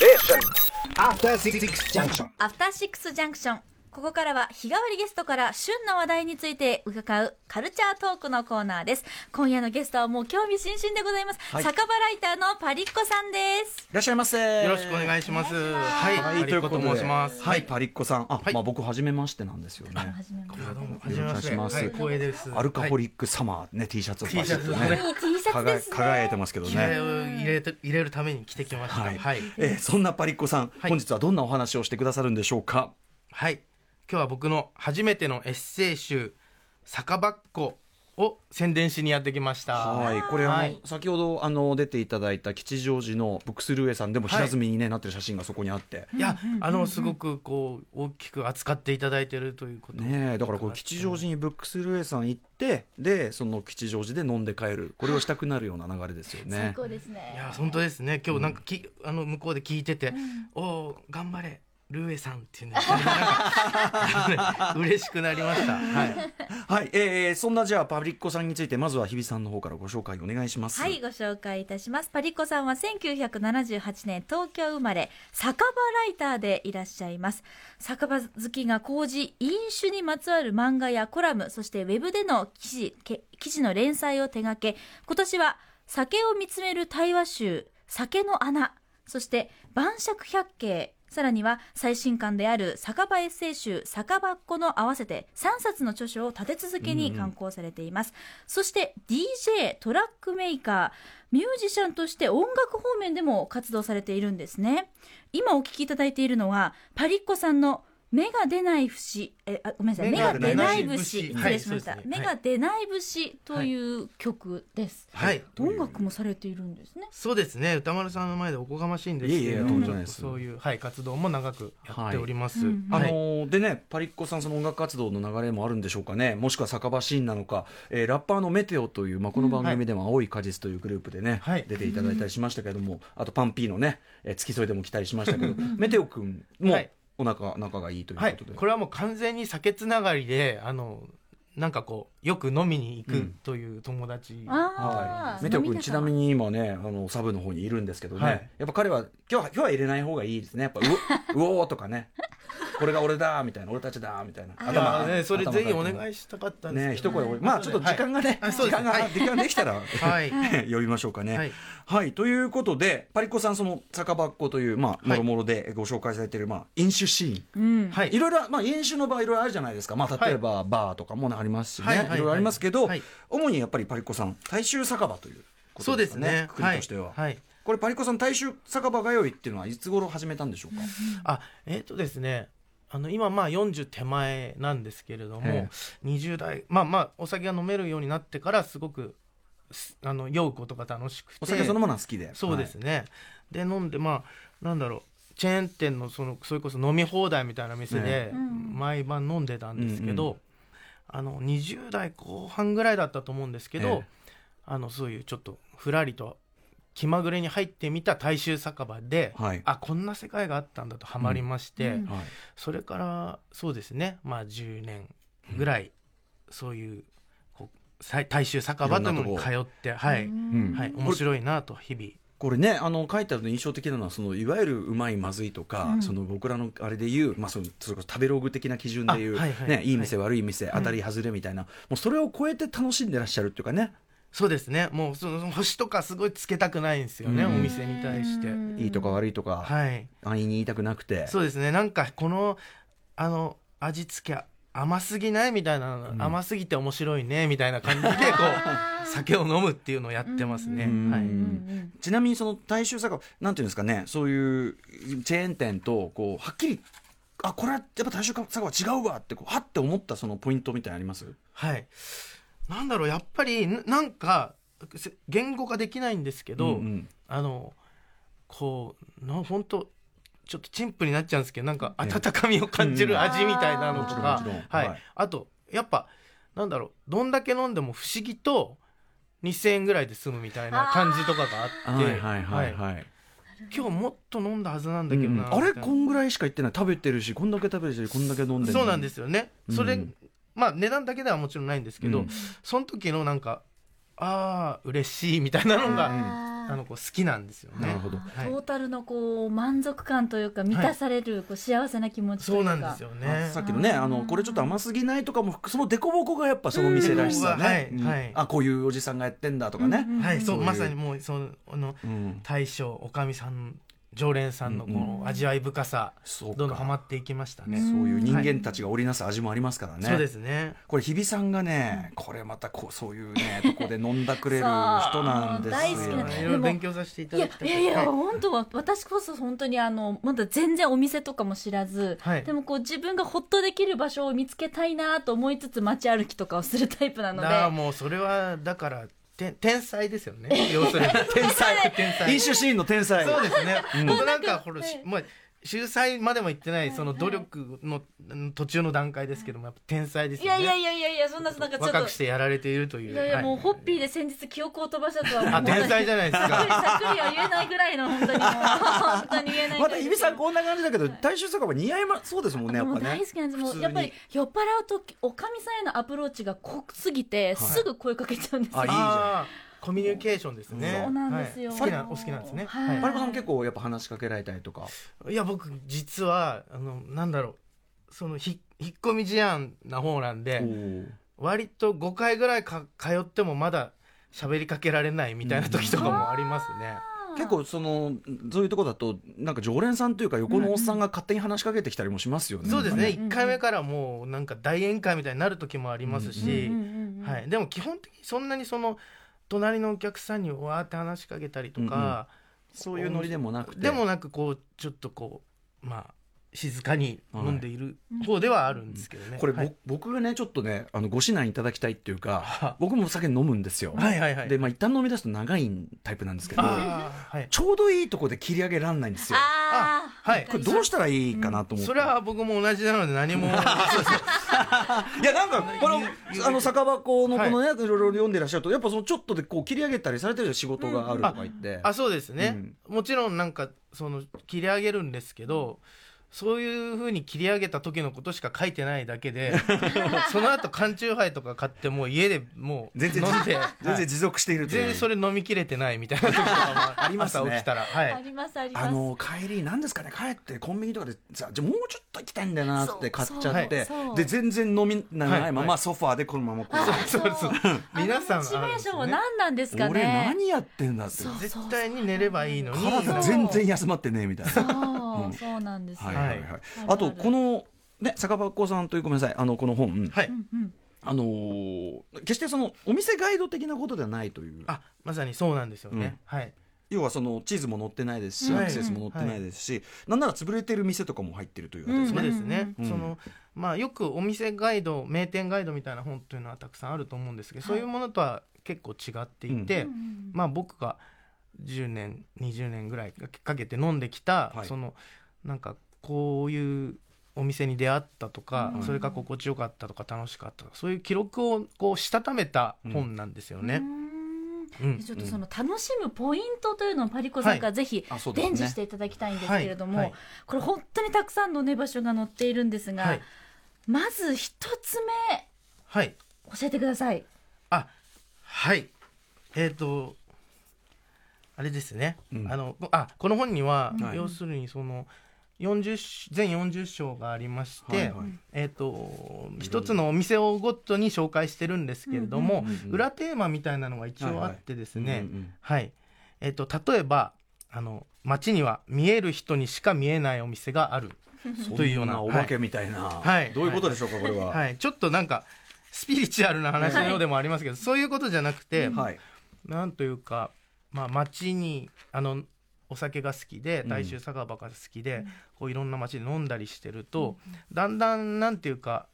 アフターシックスジャンクション。 アフターシックスジャンクション。ここからは日替わりゲストから旬な話題について伺うカルチャートークのコーナーです。今夜のゲストはもう興味津々でございます、酒場ライターのパリッコさんです。 いらっしゃいませ。 よろしくお願いします。はい、パリッコと申します。 はい、パリッコさん。僕初めましてなんですよね。 どうも初めまして。はい、光栄です。 アルカホリックサマーね、T シャツをパシッとね、 T シャツですね。 輝いてますけどね。 気合を入れるために着てきました。はい。 そんなパリッコさん、本日はどんなお話をしてくださるんでしょうか。 はい。今日は僕の初めてのエッセイ集酒場っ子を宣伝しにやってきました。 はい、これ先ほど出ていただいた吉祥寺のブックスルーエさんでも平積みに、なってる写真がそこにあって、 いやすごくこう大きく扱っていただいているということね。だからこう吉祥寺にブックスルーエさん行って、でその吉祥寺で飲んで帰る、これをしたくなるような流れですよね。 最高ですね。 いや本当ですね。今日なんか向こうで聞いてて、お頑張れルーエさんっていうね嬉しくなりました。 はい、そんなじゃあパリッコさんについてまずは日比さんの方からご紹介お願いします。 はい、ご紹介いたします。パリッコさんは1978年東京生まれ、酒場ライターでいらっしゃいます。酒場好きが高じ、飲酒にまつわる漫画やコラム、そしてウェブでの記事の連載を手掛け、今年は酒を見つめる対話集酒の穴、そして晩酌百景、さらには最新刊である酒場エッセイ集酒場っ子の合わせて3冊の著書を立て続けに刊行されています。そして DJ トラックメーカー、ミュージシャンとして音楽方面でも活動されているんですね。今お聞きいただいているのはパリッコさんの目が出ない節、ごめんなさい、目が出ない節、失礼しました、目が出ない節という曲です。 はい、 音楽もされているんですね。 そうですね。歌丸さんの前でおこがましいんですけれども、ちょっとそういう、活動も長くやっております。 でね、パリッコさん、その音楽活動の流れもあるんでしょうかね。もしくは酒場シーンなのか、ラッパーのメテオという、この番組でも青い果実というグループでね、出ていただいたりしましたけれども、あとパンピーのね、付き添いでも来たりしましたけどメテオ君も仲がいいということで、 これはもう完全に酒つながりで、なんかこうよく飲みに行くという友達、 メテオ君ちなみに今ねサブの方にいるんですけどね、やっぱ彼は今日は入れない方がいいですね。やっぱうおーとかねこれが俺だみたいな、俺たちだみたいな、 それぜひお願いしたかったんですけどね。 一声、ちょっと時間がね、時間できたら呼びましょうかね。はい、ということでパリッコさん、その酒場っ子というもろもろでご紹介されている飲酒シーン、いろいろ飲酒の場合いろいろあるじゃないですか。例えばバーとかもありますしね、いろいろありますけど、主にやっぱりパリッコさん大衆酒場ということですね。くくりとしては、これパリッコさん大衆酒場通いっていうのはいつ頃始めたんでしょうか。 ですね、今40手前なんですけれども、20代お酒が飲めるようになってからすごく酔うことが楽しくて、 お酒そのものは好きで、 そうですね、で飲んでなんだろう、チェーン店のそれこそ飲み放題みたいな店で毎晩飲んでたんですけど、20代後半ぐらいだったと思うんですけど、そういうちょっとふらりと気まぐれに入ってみた大衆酒場で、こんな世界があったんだとハマりまして、それからそうですね、10年ぐらいそういう大衆酒場というのに通って、面白いなと日々。 これね、書いてあるの印象的なのは、いわゆるうまいまずいとか、僕らのあれでいう、それこそ食べログ的な基準でいう、いい店悪い店、当たり外れみたいな、もうそれを超えて楽しんでらっしゃるっていうかね。 そうですね、もうその星とかすごいつけたくないんですよね、お店に対して。 いいとか悪いとか、安易に言いたくなくて。 そうですね、なんかこの味付け甘すぎないみたいな、甘すぎて面白いねみたいな感じで酒を飲むっていうのをやってますね。 ちなみにその大衆酒場なんていうんですかね、そういうチェーン店とはっきりこれはやっぱ大衆酒場違うわってはって思ったそのポイントみたいなのあります？ なんだろう、やっぱりなんか言語化できないんですけど、本当ちょっと陳腐になっちゃうんですけど、なんか温かみを感じる味みたいなのとか、あとやっぱなんだろう、どんだけ飲んでも不思議と2000円ぐらいで済むみたいな感じとかがあって、今日もっと飲んだはずなんだけどな、 あれこんぐらいしか言ってない、食べてるしこんだけ食べるしこんだけ飲んでる。 そうなんですよね。それ値段だけではもちろんないんですけど、その時のなんか嬉しいみたいなのがこう好きなんですよね。 なるほど、 トータルのこう満足感というか満たされるこう幸せな気持ちというか、 そうなんですよね。 さっきのねこれちょっと甘すぎないとかもそのデコボコがやっぱその店らしさね、あこういうおじさんがやってんだとかね、 はい、そうまさにもうその大将おかみさん常連さんのこの味わい深さ、どんどんハマっていきましたね。 そういう人間たちが織りなす味もありますからね。 そうですね。 これ日比さんがね、これまたそういうねとこで飲んだくれる人なんですよ。 大好きな。 いろいろ勉強させていただきたい。 いや本当は私こそ本当にまだ全然お店とかも知らず、でもこう自分がホッとできる場所を見つけたいなと思いつつ街歩きとかをするタイプなので。 もうそれはだから天才ですよね。要するに天才飲酒シーンの天才。 そうですね。僕なんかまあ秀才までも言ってないその努力の途中の段階ですけども、やっぱ天才ですよね。 いやそんななんかちょっと若くしてやられているという。 いやもうホッピーで先日記憶を飛ばしたとは天才じゃないですか。 さっくりは言えないぐらいの本当に言えない。 また日比さんこんな感じだけど大衆酒場似合いそうですもんね。やっぱね大好きなんです。もうやっぱり酔っ払うとおかみさんへのアプローチが濃すぎてすぐ声かけちゃうんですよ。 いいじゃん。 コミュニケーションですね。 そうなんですよ。 お好きなんですね。 パリコさん結構やっぱ話しかけられたりとか。 いや僕実はなんだろう、その引っ込み思案な方なんで、割と5回ぐらい通ってもまだ喋りかけられないみたいな時とかもありますね。 結構そういうとこだとなんか常連さんというか横のおっさんが勝手に話しかけてきたりもしますよね。 そうですね。1回目からもうなんか大宴会みたいになる時もありますし、でも基本的にそんなに隣のお客さんにわーって話しかけたりとか、 そういうノリでもなくこうちょっとこうまあ静かに飲んでいる方ではあるんですけどね。 これ、僕がねちょっとねご指南いただきたいっていうか、僕もお酒飲むんですよ。で一旦飲み出すと長いタイプなんですけど、ちょうどいいとこで切り上げらんないんですよ。これどうしたらいいかなと思って。 それは僕も同じなので何もいやなんかこの酒箱のこのねいろいろ読んでらっしゃるとやっぱちょっとでこう切り上げたりされてる仕事があるとか言って、 そうですね、もちろんなんか切り上げるんですけど、そういう風に切り上げた時のことしか書いてないだけでその後缶チューハイとか買ってもう家でもう飲んで全然持続しているという、 全然それ飲みきれてないみたいな時とかもありますね。朝起きたら、 あります帰りなんですかね、帰ってコンビニとかでじゃあもうちょっと行きたいんだよなって買っちゃって、で全然飲みないままソファーでこのまま皆さんモチベーションは何なんですかね。 俺何やってんだって、 絶対に寝ればいいのに体全然休まってねみたいな。 そうなんですよ。 あとこのね酒場っ子さんというごめんなさいこの本、決してお店ガイド的なことではないという。 まさにそうなんですよね。 要は地図も載ってないですし、アクセスも載ってないですし、なんなら潰れてる店とかも入ってるということですね。よくお店ガイド、名店ガイドみたいな本というのはたくさんあると思うんですけど、そういうものとは結構違っていて、僕が10年20年ぐらいかけて飲んできた、なんかこういうお店に出会ったとか、それが心地よかったとか楽しかったとか、そういう記録をこうしたためた本なんですよね。 ちょっと楽しむポイントというのをパリコさんからぜひ伝授していただきたいんですけれども、これ本当にたくさんのね場所が載っているんですが、まず一つ目、教えてください。 あれですね、この本には、要するに全40章がありまして、一つのお店をごとに紹介してるんですけれども、裏テーマみたいなのが一応あってですね、例えば街には見える人にしか見えないお店があるというようなお化けみたいな、どういうことでしょうかこれは。 ちょっとなんかスピリチュアルな話のようでもありますけど、そういうことじゃなくて、なんというか、街にお酒が好きで大衆酒場が好きで、こういろんな街で飲んだりしてると、だんだんなんていうか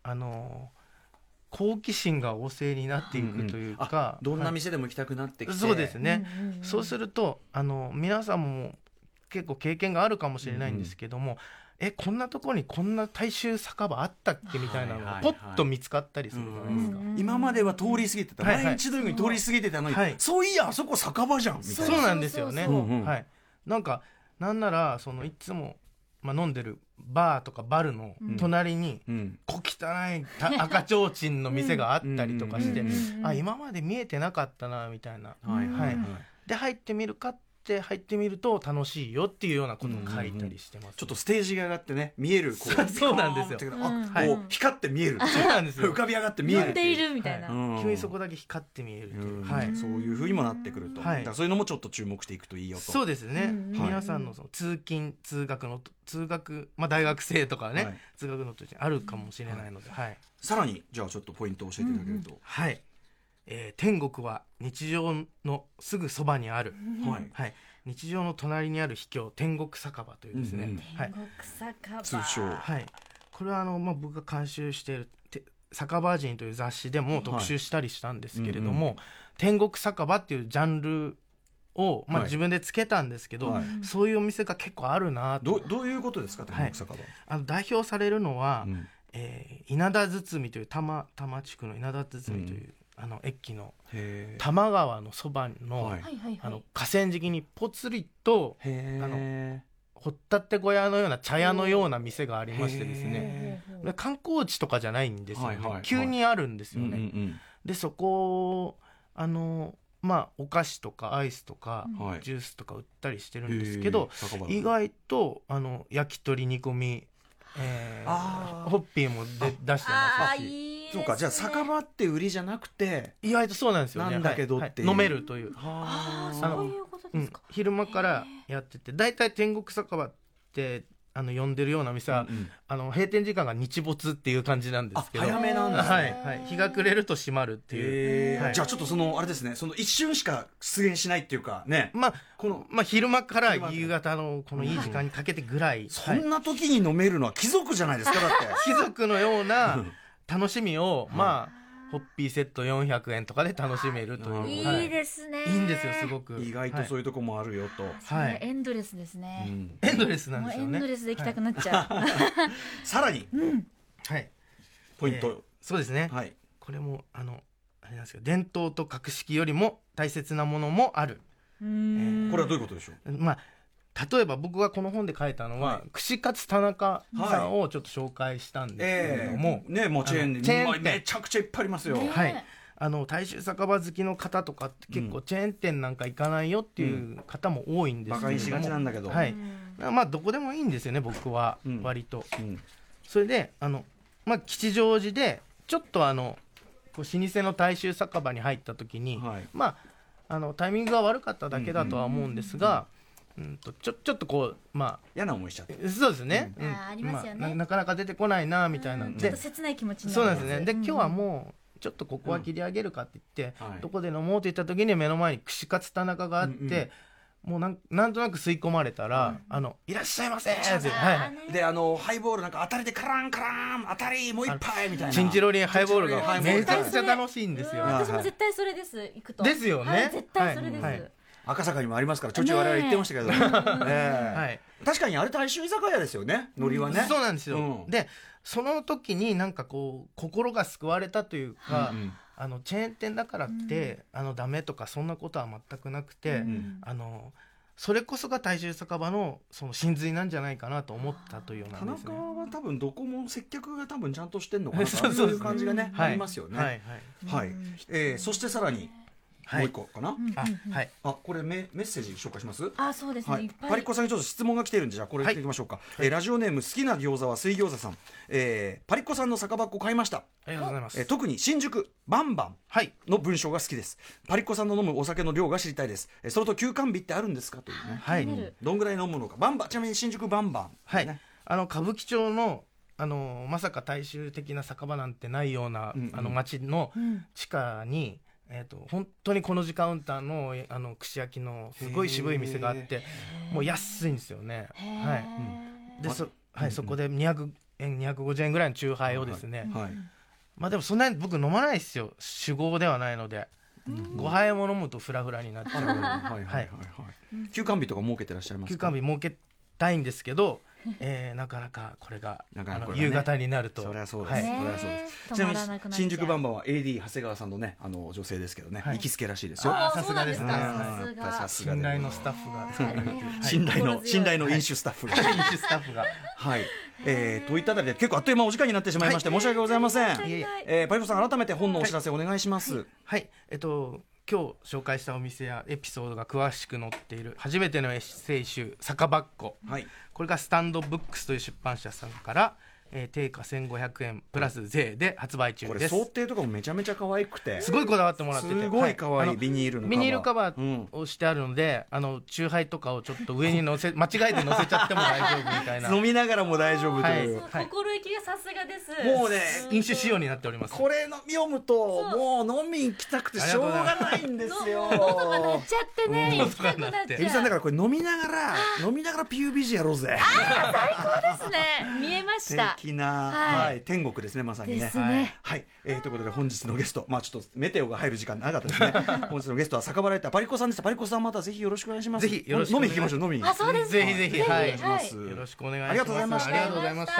好奇心が旺盛になっていくというか、 どんな店でも行きたくなってきて、 そうですね、そうすると皆さんも結構経験があるかもしれないんですけども、こんなところにこんな大衆酒場あったっけみたいなのがポッと見つかったりするじゃないですか。 今までは通り過ぎてた、毎日のように通り過ぎてたのに、そういやあそこ酒場じゃんみたいな。 そうなんですよね。なんならいつも飲んでるバーとかバルの隣に小汚い赤ちょうちんの店があったりとかして、今まで見えてなかったなみたいな。 で入ってみるかって入ってみると楽しいよっていうようなことを書いたりしてます、 ちょっとステージが上がってね見えるこうそうなんですよ、 光って見えるそうなんですよ浮かび上がって見える呼んでいるみたいな、 急にそこだけ光って見えるっていう、 そういう風にもなってくると、だからそういうのもちょっと注目していくといいよと。 そうですね、皆さんのその通勤通学、大学生とかね、通学の途中にあるかもしれないので、 さらにじゃあちょっとポイントを教えていただけると、 天国は日常のすぐそばにある、日常の隣にある秘境天国酒場というですね、 天国酒場、 通称、 これは僕が監修している酒場人という雑誌でも特集したりしたんですけれども、天国酒場っていうジャンルを、自分でつけたんですけど、そういうお店が結構あるなと。 どういうことですか天国酒場、 代表されるのは、稲田堤という多摩地区の稲田堤という、駅の多摩川のそばの、河川敷にぽつりと掘ったて小屋のような茶屋のような店がありましてですね、観光地とかじゃないんですよね、急にあるんですよね、でそこお菓子とかアイスとか、ジュースとか売ったりしてるんですけど、意外と焼き鳥煮込み、ホッピーも出してますし、 そうか、じゃあ酒場って売りじゃなくて意外とそうなんですよね、 なんだけどっていう、 飲めるという、 そういうことですか、 昼間からやってて、だいたい天国酒場って呼んでるような店は、閉店時間が日没っていう感じなんですけど、 早めなんですね、 日が暮れると閉まるっていう、 じゃあちょっとあれですね、その一瞬しか出現しないっていうかね、 昼間から夕方のこのいい時間にかけてぐらい、 そんな時に飲めるのは貴族じゃないですか、だって貴族のような楽しみをホッピーセット400円とかで楽しめるという、 いいですね、 いいんですよ、すごく意外とそういうとこもあるよと、 エンドレスですね、 エンドレスなんですよね、 エンドレスで行きたくなっちゃう、 さらにポイント、 そうですね、これもあれなんですけど、伝統と格式よりも大切なものもある、 これはどういうことでしょう。 例えば僕がこの本で書いたのは、串カツ田中さんをちょっと紹介したんですけれども、 もうチェーンでめちゃくちゃいっぱいありますよ、 大衆酒場好きの方とかって結構チェーン店なんか行かないよっていう方も多いんですけれども、 馬鹿にしがちなんだけど、 どこでもいいんですよね、僕は割と、それで吉祥寺でちょっと老舗の大衆酒場に入った時に、タイミングが悪かっただけだとは思うんですが、ちょっとこう嫌な思いしちゃって、 そうですね、 ありますよね、 なかなか出てこないなみたいなちょっと切ない気持ちになそうなんですね。で今日はもうちょっとここは切り上げるかって言って、どこで飲もうって言った時に目の前に串カツ田中があって、もうなんとなく吸い込まれたら、いらっしゃいませって、 でハイボールなんか当たりでカランカラン当たりもう一杯みたいな、 チンチロリンハイボールがめちゃくちゃ楽しいんですよ。 私も絶対それです、行くとですよね、 絶対それです、 赤坂にもありますから、ちょいちょい我々言ってましたけど、確かにあれ大衆居酒屋ですよね、ノリはね、 そうなんですよ、でその時になんかこう心が救われたというか、チェーン店だからって、ダメとかそんなことは全くなくて、それこそが大衆酒場のその真髄なんじゃないかなと思ったというようなんですね。 田中は多分どこも接客が多分ちゃんとしてんのかなそういう感じがね、ありますよね。そしてさらにもう一個かな、これメッセージ紹介します。 そうですね、 パリッコさんにちょっと質問が来ているんで、じゃあこれいきましょうか。ラジオネーム好きな餃子は水餃子さん、パリッコさんの酒場っ子買いました。 ありがとうございます。 特に新宿バンバンの文章が好きです。パリッコさんの飲むお酒の量が知りたいです。それと休館日ってあるんですかというね、どんぐらい飲むのか。バンバン、ちなみに新宿バンバン、 歌舞伎町のまさか大衆的な酒場なんてないような、街の地下に、本当にこの時カウンターの串焼きのすごい渋い店があって、もう安いんですよね。でそこで200円250円ぐらいのチューハイをですね、でもそんなに僕飲まないですよ、酒豪ではないので。5杯も飲むとフラフラになっちゃう。 休館日とか設けてらっしゃいますか。 休館日設けたいんですけど、なかなかこれが夕方になると、 そりゃそうです、ちなみに新宿バンバンは AD 長谷川さんのね、女性ですけどね、行きつけらしいですよ。 さすがですね、信頼のスタッフが、 信頼の飲酒スタッフがといったあたりで結構あっという間お時間になってしまいまして、申し訳ございません。パリコさん、改めて本のお知らせお願いします。 今日紹介したお店やエピソードが詳しく載っている初めてのエッセイ集酒場っ子、はい、これがスタンドブックスという出版社さんから定価1500円プラス税で発売中です。 これ想定とかもめちゃめちゃ可愛くてすごいこだわってもらってて、 すごい可愛いビニールカバーをしてあるので、チューハイとかをちょっと上に間違えて乗せちゃっても大丈夫みたいな飲みながらも大丈夫という、 はい、心意気がさすがです。 もうね飲酒仕様になっております。 これ読むともう飲みに行きたくてしょうがないんですよ。 喉が鳴っちゃってね、行きたくなっちゃう。 エビさんだからこれ飲みながら PUBG やろうぜ。 最高ですね。見えました。 素敵な、はい、天国ですね、まさにね。はい、ということで本日のゲスト、ちょっとメテオが入る時間長かったですね。本日のゲストは酒場ライターパリコさんでした。パリコさんまたぜひよろしくお願いします。 ぜひよろしくお願いします。 飲みに行きましょう。飲みに。 そうですね。 ぜひお願いします。 よろしくお願いします。 ありがとうございました。 ありがとうございました。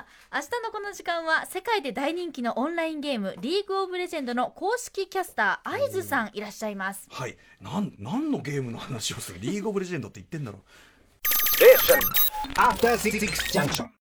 明日のこの時間は世界で大人気のオンラインゲームリーグオブレジェンドの公式キャスター会津さんいらっしゃいます。 はい、何のゲームの話をするリーグオブレジェンドって言ってんだろう。 After 66 junction